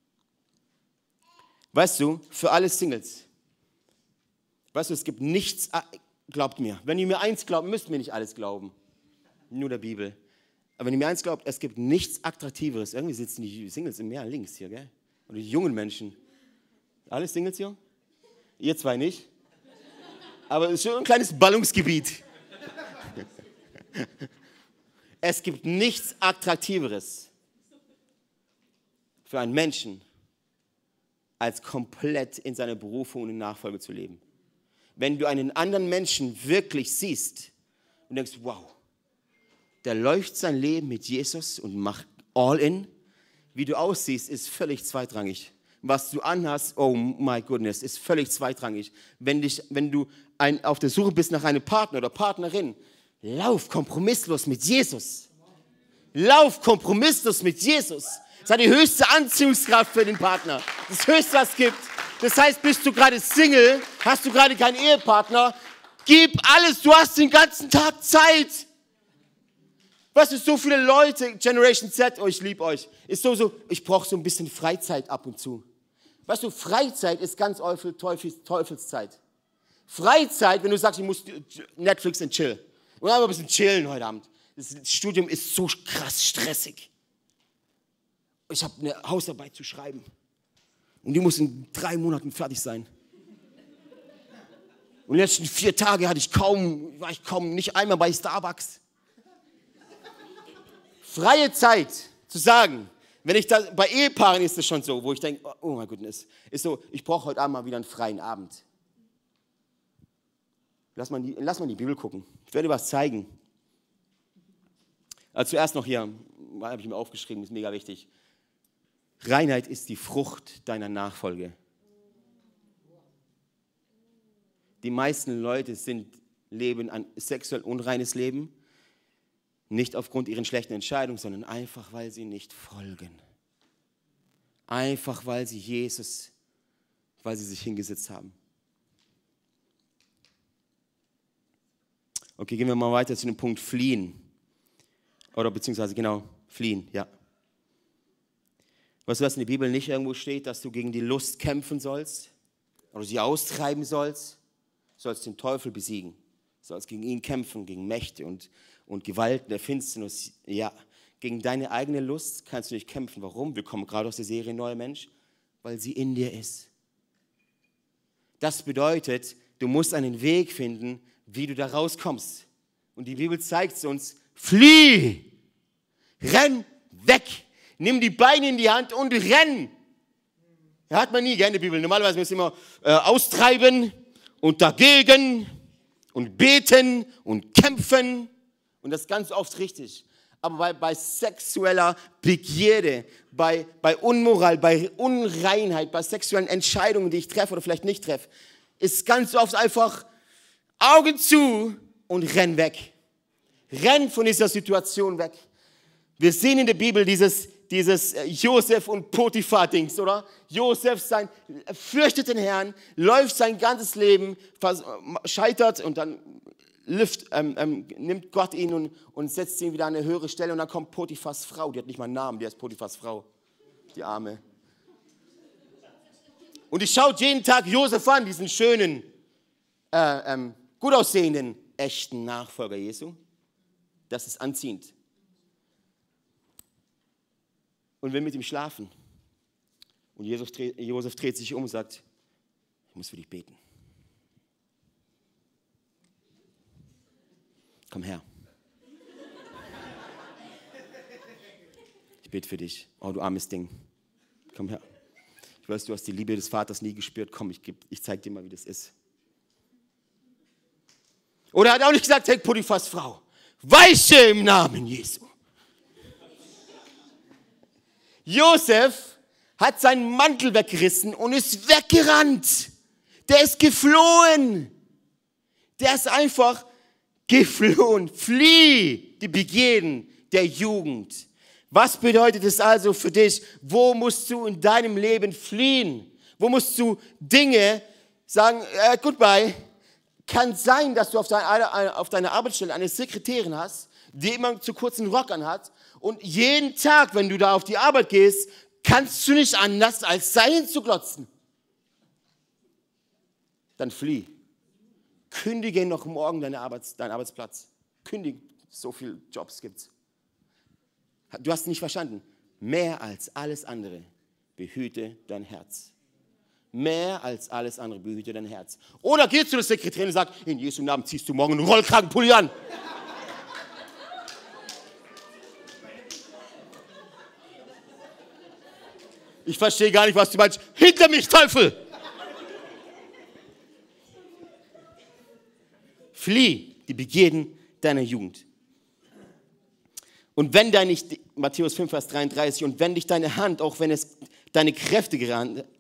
Weißt du, für alle Singles, weißt du, es gibt nichts, glaubt mir, wenn ihr mir eins glaubt, müsst ihr mir nicht alles glauben, nur der Bibel. Aber wenn ihr mir eins glaubt, es gibt nichts Attraktiveres. Irgendwie sitzen die Singles im Meer links hier, gell? Oder die jungen Menschen. Alle Singles hier? Ihr 2 nicht. Aber es ist schon ein kleines Ballungsgebiet. Es gibt nichts Attraktiveres für einen Menschen, als komplett in seiner Berufung und in Nachfolge zu leben. Wenn du einen anderen Menschen wirklich siehst und denkst, wow, der läuft sein Leben mit Jesus und macht all in, wie du aussiehst, ist völlig zweitrangig. Was du anhast, oh my goodness, ist völlig zweitrangig. Wenn du auf der Suche bist nach einem Partner oder Partnerin, lauf kompromisslos mit Jesus. Lauf kompromisslos mit Jesus. Das hat die höchste Anziehungskraft für den Partner. Das höchste, was es gibt. Das heißt, bist du gerade Single, hast du gerade keinen Ehepartner, gib alles, du hast den ganzen Tag Zeit. Weißt du, so viele Leute, Generation Z, oh, ich liebe euch, ist so, ich brauche so ein bisschen Freizeit ab und zu. Weißt du, Freizeit ist ganz Teufelszeit. Freizeit, wenn du sagst, ich muss Netflix und chill. Und einfach ein bisschen chillen heute Abend. Das Studium ist so krass stressig. Ich habe eine Hausarbeit zu schreiben. Und die muss in 3 Monaten fertig sein. Und die letzten 4 Tage war ich kaum nicht einmal bei Starbucks. Freie Zeit zu sagen, wenn ich da, bei Ehepaaren ist es schon so, wo ich denke, oh mein Goodness, ist so, ich brauche heute Abend mal wieder einen freien Abend. Lass mal die Bibel gucken. Ich werde dir was zeigen. Also zuerst noch hier, habe ich mir aufgeschrieben, ist mega wichtig. Reinheit ist die Frucht deiner Nachfolge. Die meisten Leute leben ein sexuell unreines Leben, nicht aufgrund ihrer schlechten Entscheidungen, sondern einfach, weil sie nicht folgen. Einfach, weil sie sich hingesetzt haben. Okay, gehen wir mal weiter zu dem Punkt fliehen. Oder beziehungsweise genau, fliehen, ja. Weißt du, was in der Bibel nicht irgendwo steht, dass du gegen die Lust kämpfen sollst oder sie austreiben sollst? Du sollst den Teufel besiegen. sollst gegen ihn kämpfen, gegen Mächte und Gewalten der Finsternis. Ja, gegen deine eigene Lust kannst du nicht kämpfen. Warum? Wir kommen gerade aus der Serie Neuer Mensch, weil sie in dir ist. Das bedeutet, du musst einen Weg finden, wie du da rauskommst. Und die Bibel zeigt es uns, flieh, renn weg, nimm die Beine in die Hand und renn. Hat man nie gerne in der Bibel. Normalerweise müssen wir immer austreiben und dagegen und beten und kämpfen. Und das ist ganz oft richtig. Aber bei sexueller Begierde, bei Unmoral, bei Unreinheit, bei sexuellen Entscheidungen, die ich treffe oder vielleicht nicht treffe, ist ganz oft einfach Augen zu und renn weg. Renn von dieser Situation weg. Wir sehen in der Bibel dieses Josef und Potiphar-Dings, oder? Josef fürchtet den Herrn, läuft sein ganzes Leben, scheitert und dann nimmt Gott ihn und setzt ihn wieder an eine höhere Stelle und dann kommt Potiphars Frau, die hat nicht mal einen Namen, die heißt Potiphars Frau, die Arme. Und die schaut jeden Tag Josef an, diesen schönen, gut aussehenden, echten Nachfolger Jesu. Das ist anziehend. Und will mit ihm schlafen. Und Josef dreht sich um und sagt, ich muss für dich beten. Komm her. Ich bete für dich. Oh, du armes Ding. Komm her. Ich weiß, du hast die Liebe des Vaters nie gespürt. Komm, ich zeig dir mal, wie das ist. Oder er hat auch nicht gesagt, hey, Potiphars Frau, weiche im Namen Jesu. Josef hat seinen Mantel weggerissen und ist weggerannt. Der ist geflohen. Der ist einfach geflohen. Flieh die Begierden der Jugend. Was bedeutet es also für dich? Wo musst du in deinem Leben fliehen? Wo musst du Dinge sagen, goodbye? Kann sein, dass du auf deiner Arbeitsstelle eine Sekretärin hast, die immer zu kurzen Rock anhat. Und jeden Tag, wenn du da auf die Arbeit gehst, kannst du nicht anders, als dahin zu glotzen. Dann flieh. Kündige noch morgen deinen Arbeitsplatz. Kündige, so viele Jobs gibt's. Du hast nicht verstanden. Mehr als alles andere behüte dein Herz. Mehr als alles andere behüte dein Herz. Oder geh zu der Sekretärin und sag, in Jesu Namen ziehst du morgen einen Rollkragenpulli an. Ich verstehe gar nicht, was du meinst. Hinter mich, Teufel! Flieh die Begierden deiner Jugend. Und wenn Matthäus 5, Vers 33, und wenn dich deine Hand, auch wenn es deine kräftigere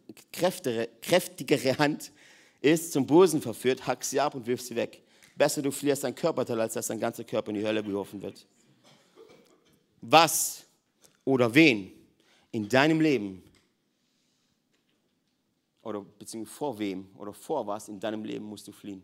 Hand ist, zum Busen verführt, hack sie ab und wirf sie weg. Besser du verlierst dein Körperteil, als dass dein ganzer Körper in die Hölle geworfen wird. Was oder wen in deinem Leben oder beziehungsweise vor wem oder vor was in deinem Leben musst du fliehen?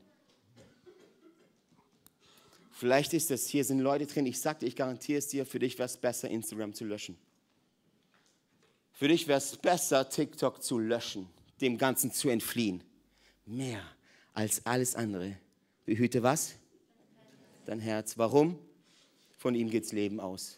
Vielleicht ist es, hier sind Leute drin, ich garantiere es dir, für dich wäre es besser, Instagram zu löschen. Für dich wäre es besser, TikTok zu löschen, dem Ganzen zu entfliehen. Mehr als alles andere. Behüte was? Dein Herz. Warum? Von ihm geht's Leben aus.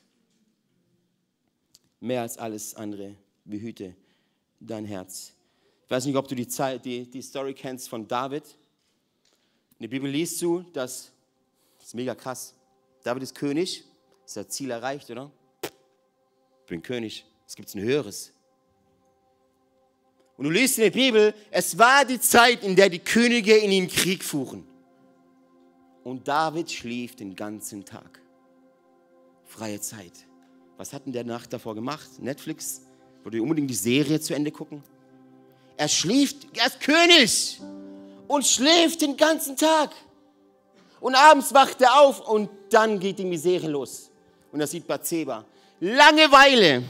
Mehr als alles andere. Behüte dein Herz. Ich weiß nicht, ob du die Story kennst von David. In der Bibel liest du, das ist mega krass. David ist König. Ist das Ziel erreicht, oder? Ich bin König. Es gibt ein höheres. Und du liest in der Bibel, es war die Zeit, in der die Könige in den Krieg fuhren. Und David schlief den ganzen Tag. Freie Zeit. Was hat denn der Nacht davor gemacht? Netflix? Wollte unbedingt die Serie zu Ende gucken? Er ist König und schläft den ganzen Tag. Und abends wacht er auf und dann geht die Misere los. Und er sieht Bathseba. Langeweile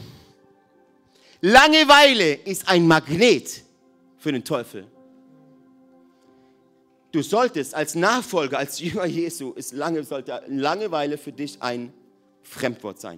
ist ein Magnet für den Teufel. Du solltest als Nachfolger, als Jünger Jesu, sollte Langeweile für dich ein Fremdwort sein.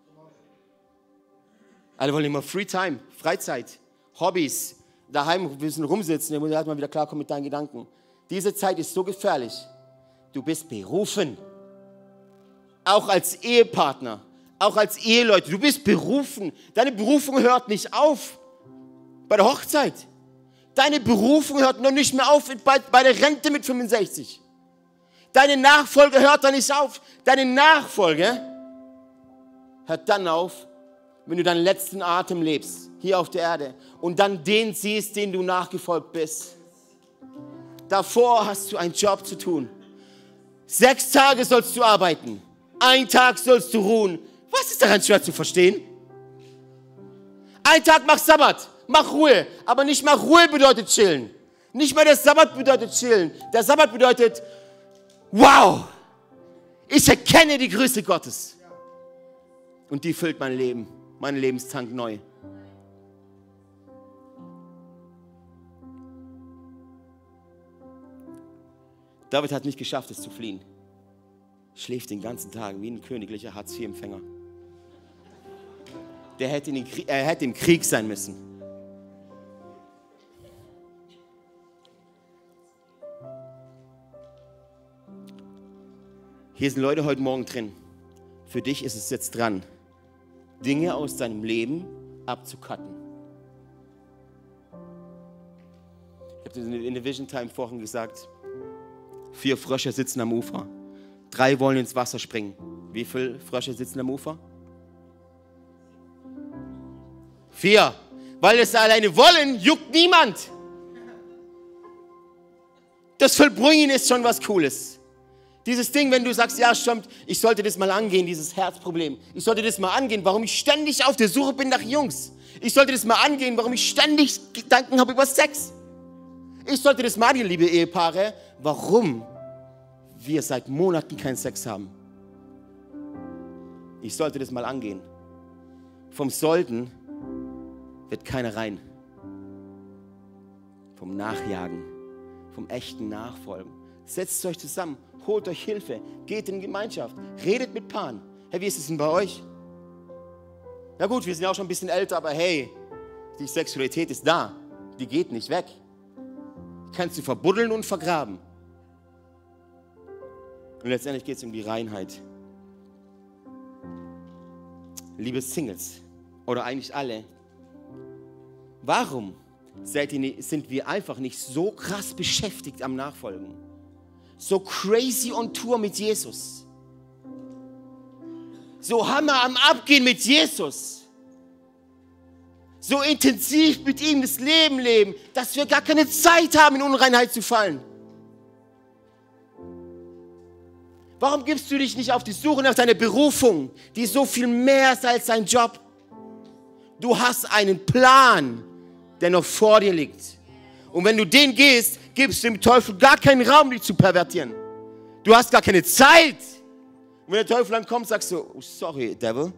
Alle wollen immer Free-Time, Freizeit, Hobbys, daheim ein bisschen rumsitzen, da muss man mal wieder klarkommen mit deinen Gedanken. Diese Zeit ist so gefährlich, Du bist berufen. Auch als Ehepartner, auch als Eheleute. Du bist berufen. Deine Berufung hört nicht auf bei der Hochzeit. Deine Berufung hört noch nicht mehr auf bei der Rente mit 65. Deine Nachfolge hört da nicht auf. Deine Nachfolge hört dann auf, wenn du deinen letzten Atem lebst, hier auf der Erde. Und dann den siehst, den du nachgefolgt bist. Davor hast du einen Job zu tun. 6 Tage sollst du arbeiten. 1 Tag sollst du ruhen. Was ist daran schwer zu verstehen? 1 Tag mach Sabbat, mach Ruhe. Aber nicht mal Ruhe bedeutet chillen. Nicht mal der Sabbat bedeutet chillen. Der Sabbat bedeutet, wow, ich erkenne die Größe Gottes. Und die füllt mein Leben, meinen Lebenstank neu. David hat nicht geschafft, es zu fliehen. Schläft den ganzen Tag wie ein königlicher Hartz-IV-Empfänger. Er hätte im Krieg sein müssen. Hier sind Leute heute Morgen drin. Für dich ist es jetzt dran, Dinge aus deinem Leben abzucutten. Ich habe in der Vision Time vorhin gesagt, 4 Frösche sitzen am Ufer. 3 wollen ins Wasser springen. Wie viele Frösche sitzen am Ufer? 4. Weil es alleine wollen, juckt niemand. Das Vollbringen ist schon was Cooles. Dieses Ding, wenn du sagst, ja stimmt, ich sollte das mal angehen, dieses Herzproblem. Ich sollte das mal angehen, warum ich ständig auf der Suche bin nach Jungs. Ich sollte das mal angehen, warum ich ständig Gedanken habe über Sex. Ich sollte das mal angehen, liebe Ehepaare, warum wir seit Monaten keinen Sex haben. Ich sollte das mal angehen. Vom Sollten wird keiner rein. Vom Nachjagen, vom echten Nachfolgen. Setzt euch zusammen, holt euch Hilfe, geht in Gemeinschaft, redet mit Paaren. Hey, wie ist es denn bei euch? Ja gut, wir sind ja auch schon ein bisschen älter, aber hey, die Sexualität ist da, die geht nicht weg. Die kannst du verbuddeln und vergraben. Und letztendlich geht es um die Reinheit. Liebe Singles, oder eigentlich alle, warum sind wir einfach nicht so krass beschäftigt am Nachfolgen? So crazy on Tour mit Jesus. So Hammer am Abgehen mit Jesus. So intensiv mit ihm das Leben leben, dass wir gar keine Zeit haben, in Unreinheit zu fallen. Warum gibst du dich nicht auf die Suche nach deiner Berufung, die so viel mehr ist als dein Job? Du hast einen Plan, der noch vor dir liegt. Und wenn du den gehst, gibst du dem Teufel gar keinen Raum, dich zu pervertieren. Du hast gar keine Zeit. Und wenn der Teufel dann kommt, sagst du, oh, sorry, Devil.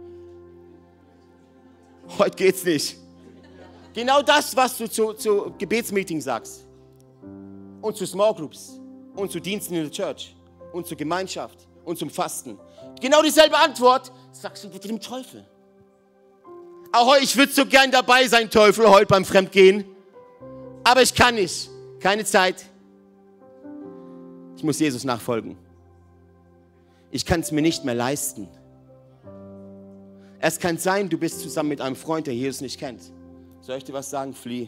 Heute geht's nicht. Genau das, was du zu Gebetsmeetings sagst. Und zu Small Groups. Und zu Diensten in der Church. Und zur Gemeinschaft. Und zum Fasten. Genau dieselbe Antwort sagst du dem Teufel. Auch ich würde so gern dabei sein, Teufel, heute beim Fremdgehen. Aber ich kann nicht. Keine Zeit. Ich muss Jesus nachfolgen. Ich kann es mir nicht mehr leisten. Es kann sein, du bist zusammen mit einem Freund, der Jesus nicht kennt. Soll ich dir was sagen? Flieh.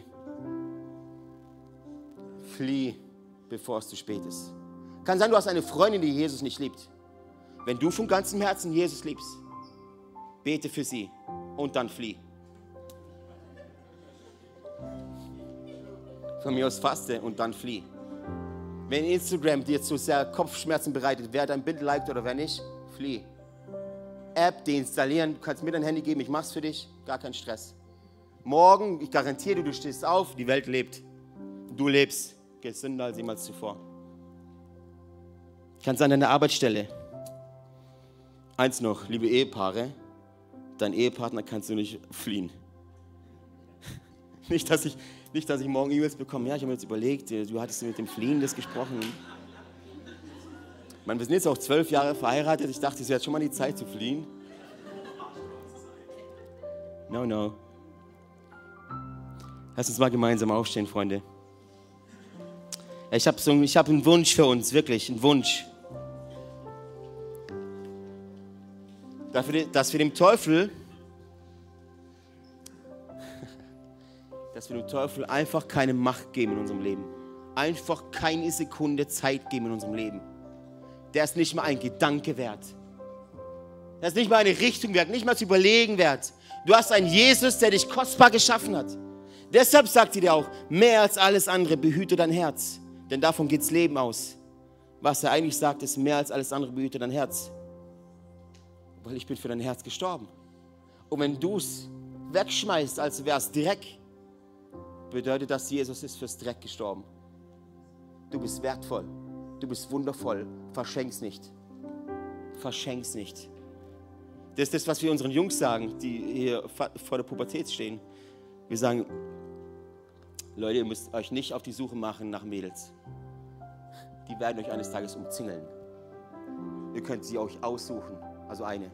Flieh, bevor es zu spät ist. Kann sein, du hast eine Freundin, die Jesus nicht liebt. Wenn du von ganzem Herzen Jesus liebst, bete für sie und dann flieh. Von mir aus faste und dann flieh. Wenn Instagram dir zu sehr Kopfschmerzen bereitet, wer dein Bild liked oder wer nicht, flieh. App deinstallieren, du kannst mir dein Handy geben, ich mach's für dich, gar kein Stress. Morgen, ich garantiere dir, du stehst auf, die Welt lebt. Du lebst gesünder als jemals zuvor. Kannst an deiner Arbeitsstelle. Eins noch, liebe Ehepaare, dein Ehepartner kannst du nicht fliehen. Nicht, dass ich morgen E-Mails bekomme. Ja, ich habe mir jetzt überlegt, du hattest mit dem Fliehen das gesprochen. Wir sind jetzt auch 12 Jahre verheiratet. Ich dachte, es wäre jetzt schon mal die Zeit zu fliehen. No. Lass uns mal gemeinsam aufstehen, Freunde. Ich hab einen Wunsch für uns, wirklich, einen Wunsch. Dass wir dem Teufel einfach keine Macht geben in unserem Leben. Einfach keine Sekunde Zeit geben in unserem Leben. Der ist nicht mal ein Gedanke wert. Der ist nicht mal eine Richtung wert, nicht mal zu überlegen wert. Du hast einen Jesus, der dich kostbar geschaffen hat. Deshalb sagt sie dir auch, mehr als alles andere, behüte dein Herz. Denn davon geht's Leben aus. Was er eigentlich sagt, ist, mehr als alles andere, behüte dein Herz. Weil ich bin für dein Herz gestorben. Und wenn du es wegschmeißt, als wäre es Dreck, bedeutet das, Jesus ist fürs Dreck gestorben. Du bist wertvoll. Du bist wundervoll. Verschenk's nicht. Verschenk's nicht. Das ist das, was wir unseren Jungs sagen, die hier vor der Pubertät stehen. Wir sagen, Leute, ihr müsst euch nicht auf die Suche machen nach Mädels. Die werden euch eines Tages umzingeln. Ihr könnt sie euch aussuchen. Also eine.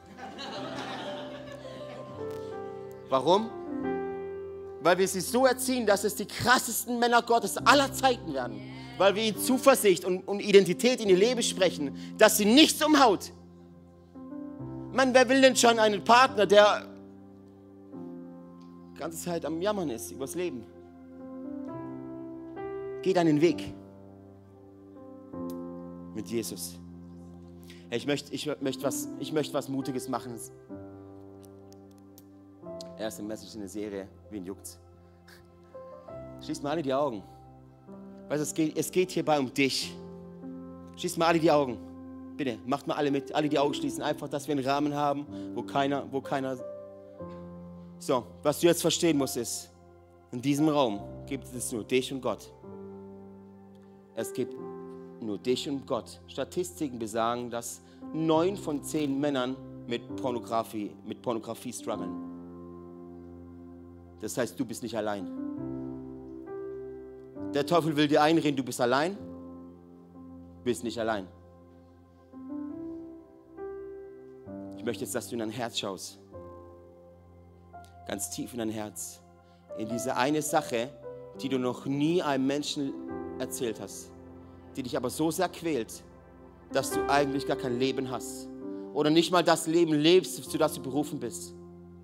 Warum? Weil wir sie so erziehen, dass es die krassesten Männer Gottes aller Zeiten werden. Weil wir ihnen Zuversicht und Identität in ihr Leben sprechen, dass sie nichts umhaut. Mann, wer will denn schon einen Partner, der die ganze Zeit am Jammern ist übers Leben? Geh deinen Weg mit Jesus. Ich möchte was Mutiges machen. Erste Message in der Serie, wen juckt's? Schließt mal alle die Augen. Weißt du, es geht hierbei um dich. Schließt mal alle die Augen. Bitte, macht mal alle mit, alle die Augen schließen. Einfach, dass wir einen Rahmen haben, wo keiner... So, was du jetzt verstehen musst ist, in diesem Raum gibt es nur dich und Gott. Es gibt nur dich und Gott. Statistiken besagen, dass 9 von 10 Männern mit Pornografie strugglen. Das heißt, du bist nicht allein. Der Teufel will dir einreden, du bist allein. Du bist nicht allein. Ich möchte jetzt, dass du in dein Herz schaust. Ganz tief in dein Herz. In diese eine Sache, die du noch nie einem Menschen erzählt hast. Die dich aber so sehr quält, dass du eigentlich gar kein Leben hast. Oder nicht mal das Leben lebst, zu das du berufen bist.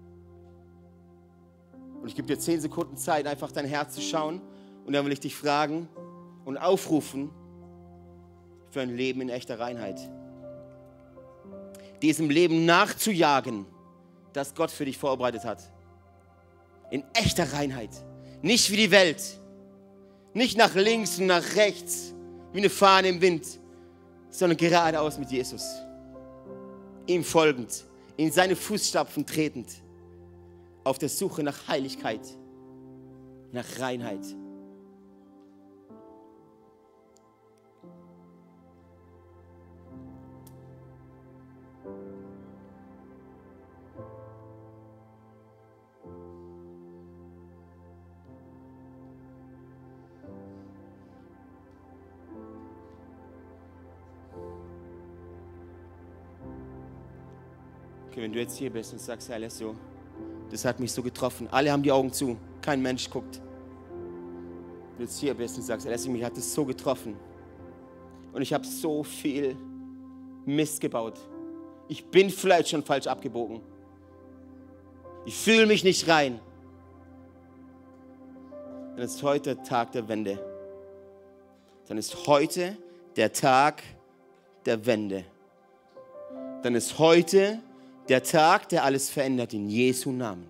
Und ich gebe dir 10 Sekunden Zeit, einfach dein Herz zu schauen. Und dann will ich dich fragen und aufrufen für ein Leben in echter Reinheit. Diesem Leben nachzujagen, das Gott für dich vorbereitet hat. In echter Reinheit. Nicht wie die Welt. Nicht nach links und nach rechts, wie eine Fahne im Wind, sondern geradeaus mit Jesus. Ihm folgend, in seine Fußstapfen tretend. Auf der Suche nach Heiligkeit, nach Reinheit. Okay, wenn du jetzt hier bist und sagst, Herr Alessio, das hat mich so getroffen. Alle haben die Augen zu, kein Mensch guckt. Wenn du jetzt hier bist und sagst, Alessio, mich hat das so getroffen. Und ich habe so viel Mist gebaut. Ich bin vielleicht schon falsch abgebogen. Ich fühle mich nicht rein. Dann ist heute der Tag der Wende. Dann ist heute der Tag der Wende. Dann ist heute der Tag, der alles verändert, in Jesu Namen.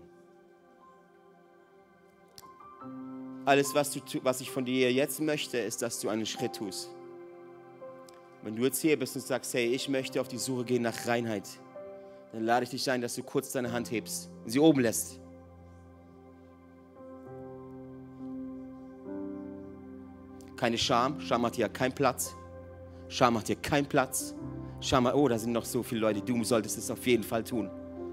Alles, was ich von dir jetzt möchte, ist, dass du einen Schritt tust. Wenn du jetzt hier bist und sagst, hey, ich möchte auf die Suche gehen nach Reinheit, dann lade ich dich ein, dass du kurz deine Hand hebst und sie oben lässt. Keine Scham. Scham hat hier keinen Platz. Scham hat hier keinen Platz. Scham, oh, da sind noch so viele Leute, du solltest es auf jeden Fall tun.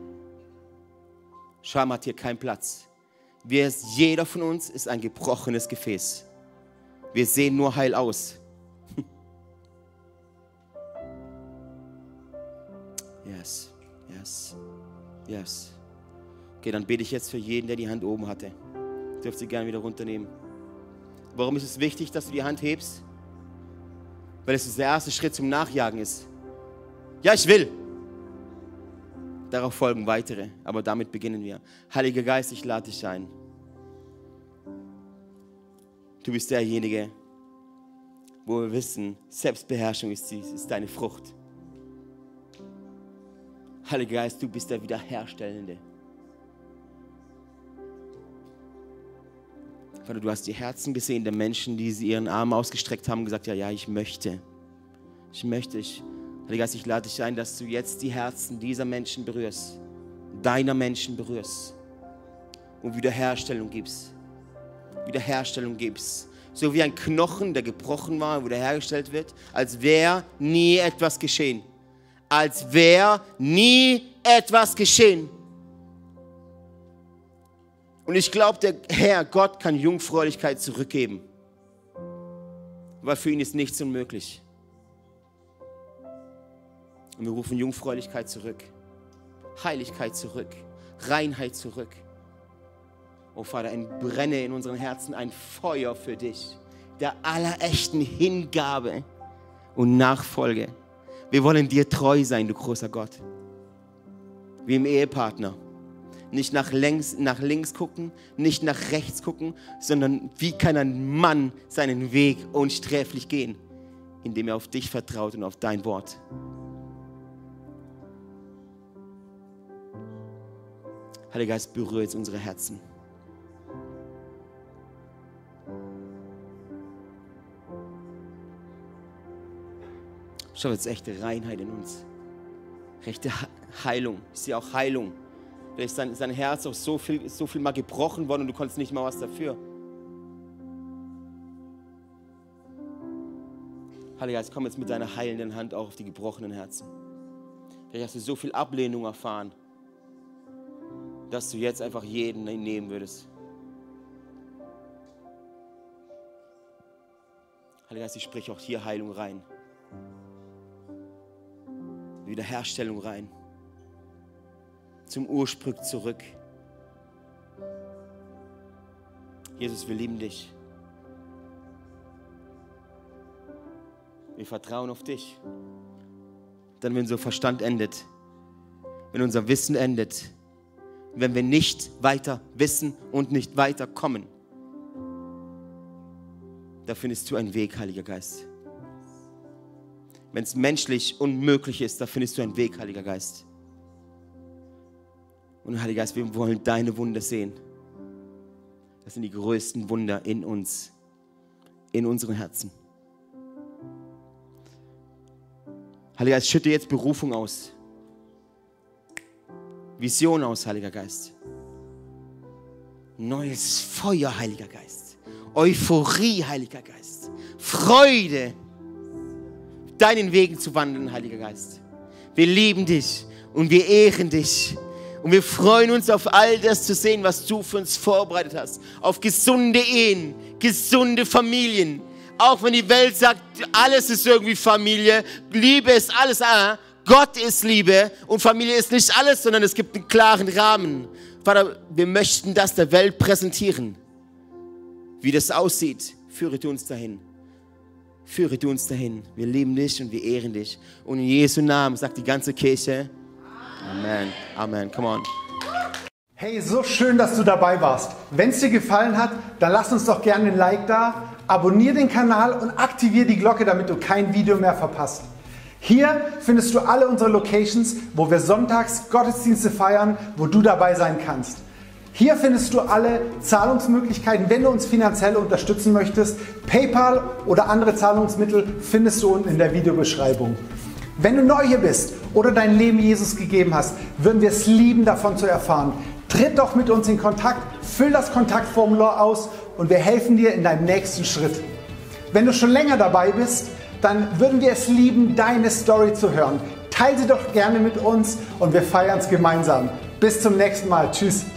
Scham hat hier keinen Platz. Jeder von uns ist ein gebrochenes Gefäß. Wir sehen nur heil aus. Yes, yes, yes. Okay, dann bete ich jetzt für jeden, der die Hand oben hatte. Dürft ihr gerne wieder runternehmen. Warum ist es wichtig, dass du die Hand hebst? Weil es der erste Schritt zum Nachjagen ist. Ja, ich will. Darauf folgen weitere, aber damit beginnen wir. Heiliger Geist, ich lade dich ein. Du bist derjenige, wo wir wissen, Selbstbeherrschung ist deine Frucht. Heiliger Geist, du bist der Wiederherstellende. Vater, du hast die Herzen gesehen der Menschen, die sie ihren Arm ausgestreckt haben und gesagt, ja, ich möchte. Heiliger Geist, ich lade dich ein, dass du jetzt die Herzen dieser Menschen berührst, deiner Menschen berührst und Wiederherstellung gibst. So wie ein Knochen, der gebrochen war und wiederhergestellt wird, als wäre nie etwas geschehen. Und ich glaube, der Herr, Gott, kann Jungfräulichkeit zurückgeben, weil für ihn ist nichts unmöglich. Und wir rufen Jungfräulichkeit zurück, Heiligkeit zurück, Reinheit zurück. Oh Vater, entbrenne in unseren Herzen ein Feuer für dich, der allerechten Hingabe und Nachfolge. Wir wollen dir treu sein, du großer Gott. Wie im Ehepartner. Nicht nach links gucken, nicht nach rechts gucken, sondern wie kann ein Mann seinen Weg unsträflich gehen, indem er auf dich vertraut und auf dein Wort. Heiliger Geist, berühre jetzt unsere Herzen. Schau jetzt echte Reinheit in uns. Rechte Heilung. Ich sehe auch Heilung. Vielleicht ist sein Herz auch so viel mal gebrochen worden und du konntest nicht mal was dafür. Heiliger Geist, komm jetzt mit deiner heilenden Hand auch auf die gebrochenen Herzen. Vielleicht hast du so viel Ablehnung erfahren, dass du jetzt einfach jeden nehmen würdest. Heiliger Geist, ich spreche auch hier Heilung rein. Wiederherstellung rein. Zum Ursprung zurück. Jesus, wir lieben dich. Wir vertrauen auf dich. Dann, wenn unser Verstand endet, wenn unser Wissen endet, wenn wir nicht weiter wissen und nicht weiter kommen, da findest du einen Weg, Heiliger Geist. Wenn es menschlich unmöglich ist, da findest du einen Weg, Heiliger Geist. Und Heiliger Geist, wir wollen deine Wunder sehen. Das sind die größten Wunder in uns, in unseren Herzen. Heiliger Geist, schütte jetzt Berufung aus. Vision aus, Heiliger Geist. Neues Feuer, Heiliger Geist. Euphorie, Heiliger Geist. Freude, deinen Wegen zu wandeln, Heiliger Geist. Wir lieben dich und wir ehren dich. Und wir freuen uns auf all das zu sehen, was du für uns vorbereitet hast. Auf gesunde Ehen, gesunde Familien. Auch wenn die Welt sagt, alles ist irgendwie Familie, Liebe ist alles, Gott ist Liebe und Familie ist nicht alles, sondern es gibt einen klaren Rahmen. Vater, wir möchten das der Welt präsentieren. Wie das aussieht, führe du uns dahin. Führe du uns dahin. Wir lieben dich und wir ehren dich. Und in Jesu Namen sagt die ganze Kirche, Amen. Amen. Come on. Hey, so schön, dass du dabei warst. Wenn es dir gefallen hat, dann lass uns doch gerne ein Like da, abonniere den Kanal und aktiviere die Glocke, damit du kein Video mehr verpasst. Hier findest du alle unsere Locations, wo wir sonntags Gottesdienste feiern, wo du dabei sein kannst. Hier findest du alle Zahlungsmöglichkeiten, wenn du uns finanziell unterstützen möchtest. PayPal oder andere Zahlungsmittel findest du unten in der Videobeschreibung. Wenn du neu hier bist oder dein Leben Jesus gegeben hast, würden wir es lieben, davon zu erfahren. Tritt doch mit uns in Kontakt, füll das Kontaktformular aus und wir helfen dir in deinem nächsten Schritt. Wenn du schon länger dabei bist, dann würden wir es lieben, deine Story zu hören. Teile sie doch gerne mit uns und wir feiern es gemeinsam. Bis zum nächsten Mal. Tschüss.